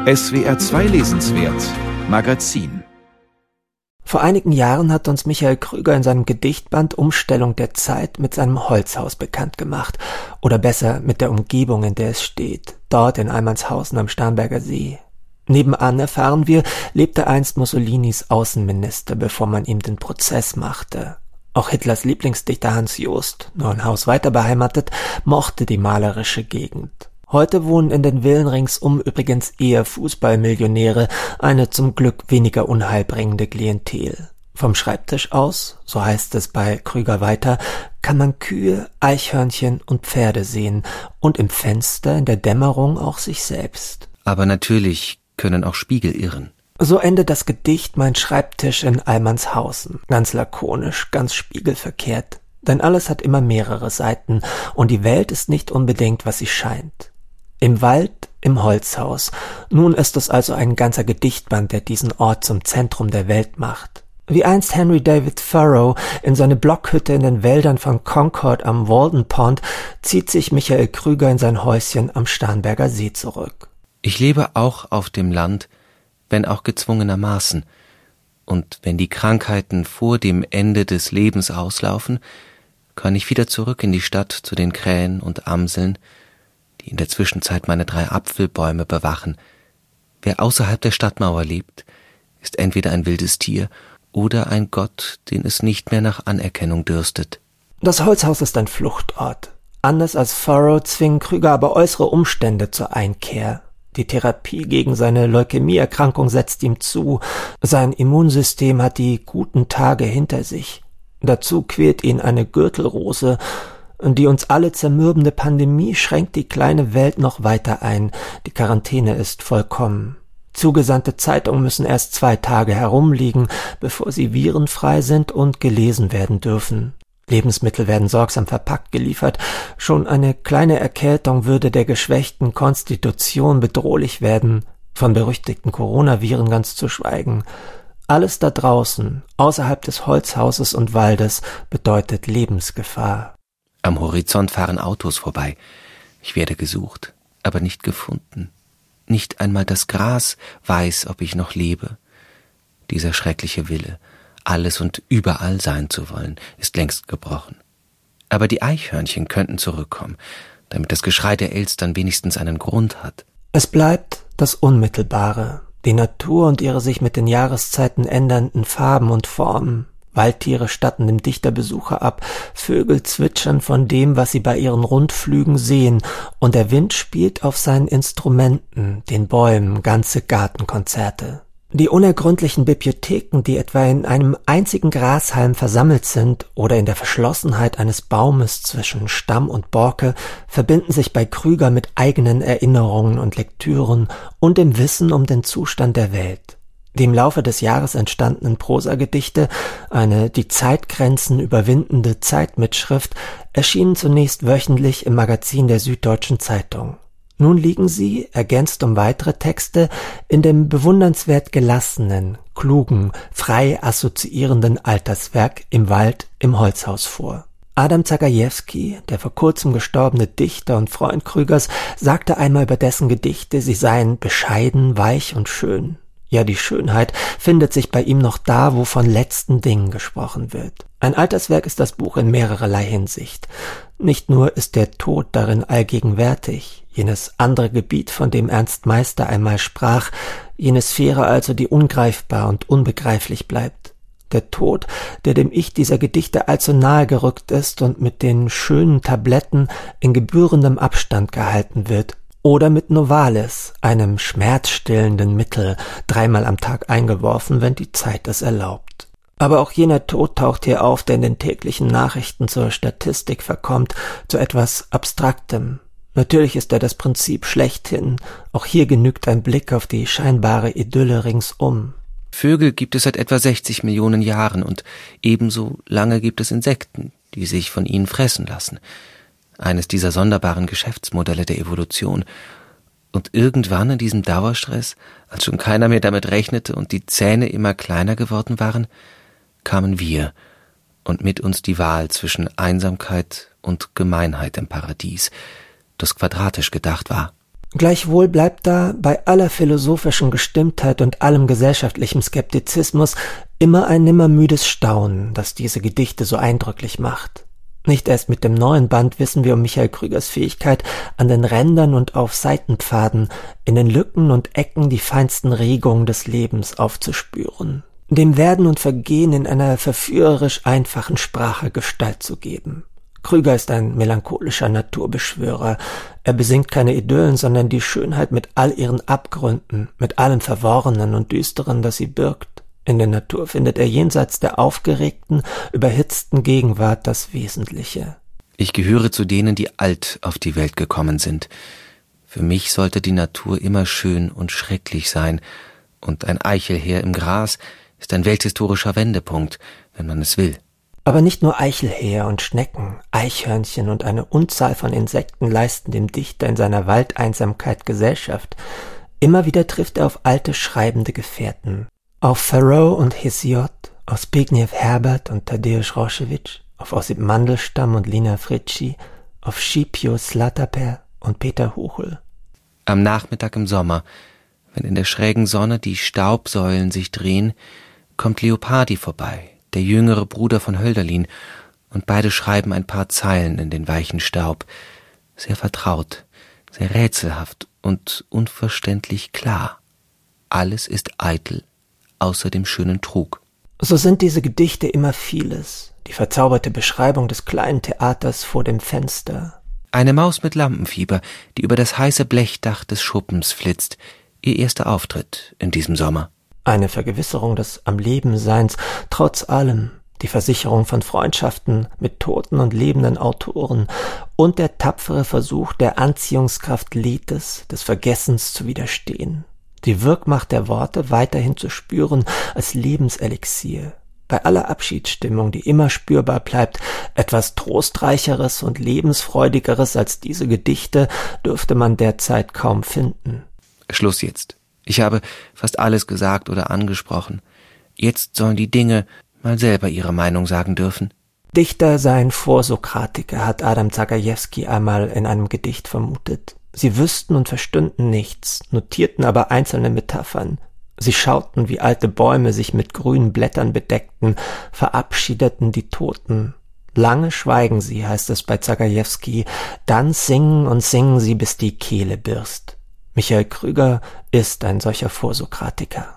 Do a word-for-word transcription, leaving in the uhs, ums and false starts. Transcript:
S W R zwei Lesenswert Magazin. Vor einigen Jahren hat uns Michael Krüger in seinem Gedichtband Umstellung der Zeit mit seinem Holzhaus bekannt gemacht. Oder besser mit der Umgebung, in der es steht. Dort in Almanshausen am Starnberger See. Nebenan, erfahren wir, lebte einst Mussolinis Außenminister, bevor man ihm den Prozess machte. Auch Hitlers Lieblingsdichter Hans Jost, nur ein Haus weiter beheimatet, mochte die malerische Gegend. Heute wohnen in den Villen ringsum übrigens eher Fußballmillionäre, eine zum Glück weniger unheilbringende Klientel. Vom Schreibtisch aus, so heißt es bei Krüger weiter, kann man Kühe, Eichhörnchen und Pferde sehen und im Fenster in der Dämmerung auch sich selbst. Aber natürlich können auch Spiegel irren. So endet das Gedicht Mein Schreibtisch in Almanshausen, ganz lakonisch, ganz spiegelverkehrt. Denn alles hat immer mehrere Seiten und die Welt ist nicht unbedingt, was sie scheint. Im Wald, im Holzhaus. Nun ist es also ein ganzer Gedichtband, der diesen Ort zum Zentrum der Welt macht. Wie einst Henry David Thoreau in seine Blockhütte in den Wäldern von Concord am Walden Pond, zieht sich Michael Krüger in sein Häuschen am Starnberger See zurück. Ich lebe auch auf dem Land, wenn auch gezwungenermaßen. Und wenn die Krankheiten vor dem Ende des Lebens auslaufen, kann ich wieder zurück in die Stadt zu den Krähen und Amseln, die in der Zwischenzeit meine drei Apfelbäume bewachen. Wer außerhalb der Stadtmauer lebt, ist entweder ein wildes Tier oder ein Gott, den es nicht mehr nach Anerkennung dürstet. Das Holzhaus ist ein Fluchtort. Anders als Thoreau zwingen Krüger aber äußere Umstände zur Einkehr. Die Therapie gegen seine Leukämieerkrankung setzt ihm zu. Sein Immunsystem hat die guten Tage hinter sich. Dazu quält ihn eine Gürtelrose. Die uns alle zermürbende Pandemie schränkt die kleine Welt noch weiter ein. Die Quarantäne ist vollkommen. Zugesandte Zeitungen müssen erst zwei Tage herumliegen, bevor sie virenfrei sind und gelesen werden dürfen. Lebensmittel werden sorgsam verpackt geliefert. Schon eine kleine Erkältung würde der geschwächten Konstitution bedrohlich werden, von berüchtigten Coronaviren ganz zu schweigen. Alles da draußen, außerhalb des Holzhauses und Waldes, bedeutet Lebensgefahr. Am Horizont fahren Autos vorbei. Ich werde gesucht, aber nicht gefunden. Nicht einmal das Gras weiß, ob ich noch lebe. Dieser schreckliche Wille, alles und überall sein zu wollen, ist längst gebrochen. Aber die Eichhörnchen könnten zurückkommen, damit das Geschrei der Elstern wenigstens einen Grund hat. Es bleibt das Unmittelbare, die Natur und ihre sich mit den Jahreszeiten ändernden Farben und Formen. Waldtiere statten dem Dichter Besucher ab, Vögel zwitschern von dem, was sie bei ihren Rundflügen sehen, und der Wind spielt auf seinen Instrumenten, den Bäumen, ganze Gartenkonzerte. Die unergründlichen Bibliotheken, die etwa in einem einzigen Grashalm versammelt sind oder in der Verschlossenheit eines Baumes zwischen Stamm und Borke, verbinden sich bei Krüger mit eigenen Erinnerungen und Lektüren und dem Wissen um den Zustand der Welt. Die im Laufe des Jahres entstandenen Prosagedichte, eine die Zeitgrenzen überwindende Zeitmitschrift, erschienen zunächst wöchentlich im Magazin der Süddeutschen Zeitung. Nun liegen sie, ergänzt um weitere Texte, in dem bewundernswert gelassenen, klugen, frei assoziierenden Alterswerk Im Wald, im Holzhaus vor. Adam Zagajewski, der vor kurzem gestorbene Dichter und Freund Krügers, sagte einmal über dessen Gedichte, sie seien bescheiden, weich und schön. Ja, die Schönheit findet sich bei ihm noch da, wo von letzten Dingen gesprochen wird. Ein Alterswerk ist das Buch in mehrererlei Hinsicht. Nicht nur ist der Tod darin allgegenwärtig, jenes andere Gebiet, von dem Ernst Meister einmal sprach, jene Sphäre also, die ungreifbar und unbegreiflich bleibt. Der Tod, der dem Ich dieser Gedichte allzu nahe gerückt ist und mit den schönen Tabletten in gebührendem Abstand gehalten wird. Oder mit Novalis, einem schmerzstillenden Mittel, dreimal am Tag eingeworfen, wenn die Zeit es erlaubt. Aber auch jener Tod taucht hier auf, der in den täglichen Nachrichten zur Statistik verkommt, zu etwas Abstraktem. Natürlich ist er das Prinzip schlechthin, auch hier genügt ein Blick auf die scheinbare Idylle ringsum. Vögel gibt es seit etwa sechzig Millionen Jahren und ebenso lange gibt es Insekten, die sich von ihnen fressen lassen. Eines dieser sonderbaren Geschäftsmodelle der Evolution. Und irgendwann in diesem Dauerstress, als schon keiner mehr damit rechnete und die Zähne immer kleiner geworden waren, kamen wir und mit uns die Wahl zwischen Einsamkeit und Gemeinheit im Paradies, das quadratisch gedacht war. Gleichwohl bleibt da bei aller philosophischen Gestimmtheit und allem gesellschaftlichen Skeptizismus immer ein nimmermüdes Staunen, das diese Gedichte so eindrücklich macht. Nicht erst mit dem neuen Band wissen wir um Michael Krügers Fähigkeit, an den Rändern und auf Seitenpfaden, in den Lücken und Ecken die feinsten Regungen des Lebens aufzuspüren, dem Werden und Vergehen in einer verführerisch einfachen Sprache Gestalt zu geben. Krüger ist ein melancholischer Naturbeschwörer. Er besingt keine Idyllen, sondern die Schönheit mit all ihren Abgründen, mit allem Verworrenen und Düsteren, das sie birgt. In der Natur findet er jenseits der aufgeregten, überhitzten Gegenwart das Wesentliche. Ich gehöre zu denen, die alt auf die Welt gekommen sind. Für mich sollte die Natur immer schön und schrecklich sein, und ein Eichelheer im Gras ist ein welthistorischer Wendepunkt, wenn man es will. Aber nicht nur Eichelheer und Schnecken, Eichhörnchen und eine Unzahl von Insekten leisten dem Dichter in seiner Waldeinsamkeit Gesellschaft. Immer wieder trifft er auf alte schreibende Gefährten. Auf Thoreau und Hesiod, auf Zbigniew Herbert und Tadeusz Roszewicz, auf Ossip Mandelstam und Lina Fritschi, auf Scipio Slataper und Peter Huchel. Am Nachmittag im Sommer, wenn in der schrägen Sonne die Staubsäulen sich drehen, kommt Leopardi vorbei, der jüngere Bruder von Hölderlin, und beide schreiben ein paar Zeilen in den weichen Staub, sehr vertraut, sehr rätselhaft und unverständlich klar. Alles ist eitel, außer dem schönen Trug. So sind diese Gedichte immer vieles, die verzauberte Beschreibung des kleinen Theaters vor dem Fenster. Eine Maus mit Lampenfieber, die über das heiße Blechdach des Schuppens flitzt, ihr erster Auftritt in diesem Sommer. Eine Vergewisserung des Am-Leben-Seins, trotz allem, die Versicherung von Freundschaften mit toten und lebenden Autoren und der tapfere Versuch der Anziehungskraft Lethes, des Vergessens zu widerstehen. Die Wirkmacht der Worte weiterhin zu spüren als Lebenselixier. Bei aller Abschiedsstimmung, die immer spürbar bleibt, etwas Trostreicheres und Lebensfreudigeres als diese Gedichte dürfte man derzeit kaum finden. Schluss jetzt. Ich habe fast alles gesagt oder angesprochen. Jetzt sollen die Dinge mal selber ihre Meinung sagen dürfen. Dichter seien Vorsokratiker, hat Adam Zagajewski einmal in einem Gedicht vermutet. Sie wüssten und verstünden nichts, notierten aber einzelne Metaphern. Sie schauten, wie alte Bäume sich mit grünen Blättern bedeckten, verabschiedeten die Toten. Lange schweigen sie, heißt es bei Zagajewski, dann singen und singen sie, bis die Kehle birst. Michael Krüger ist ein solcher Vorsokratiker.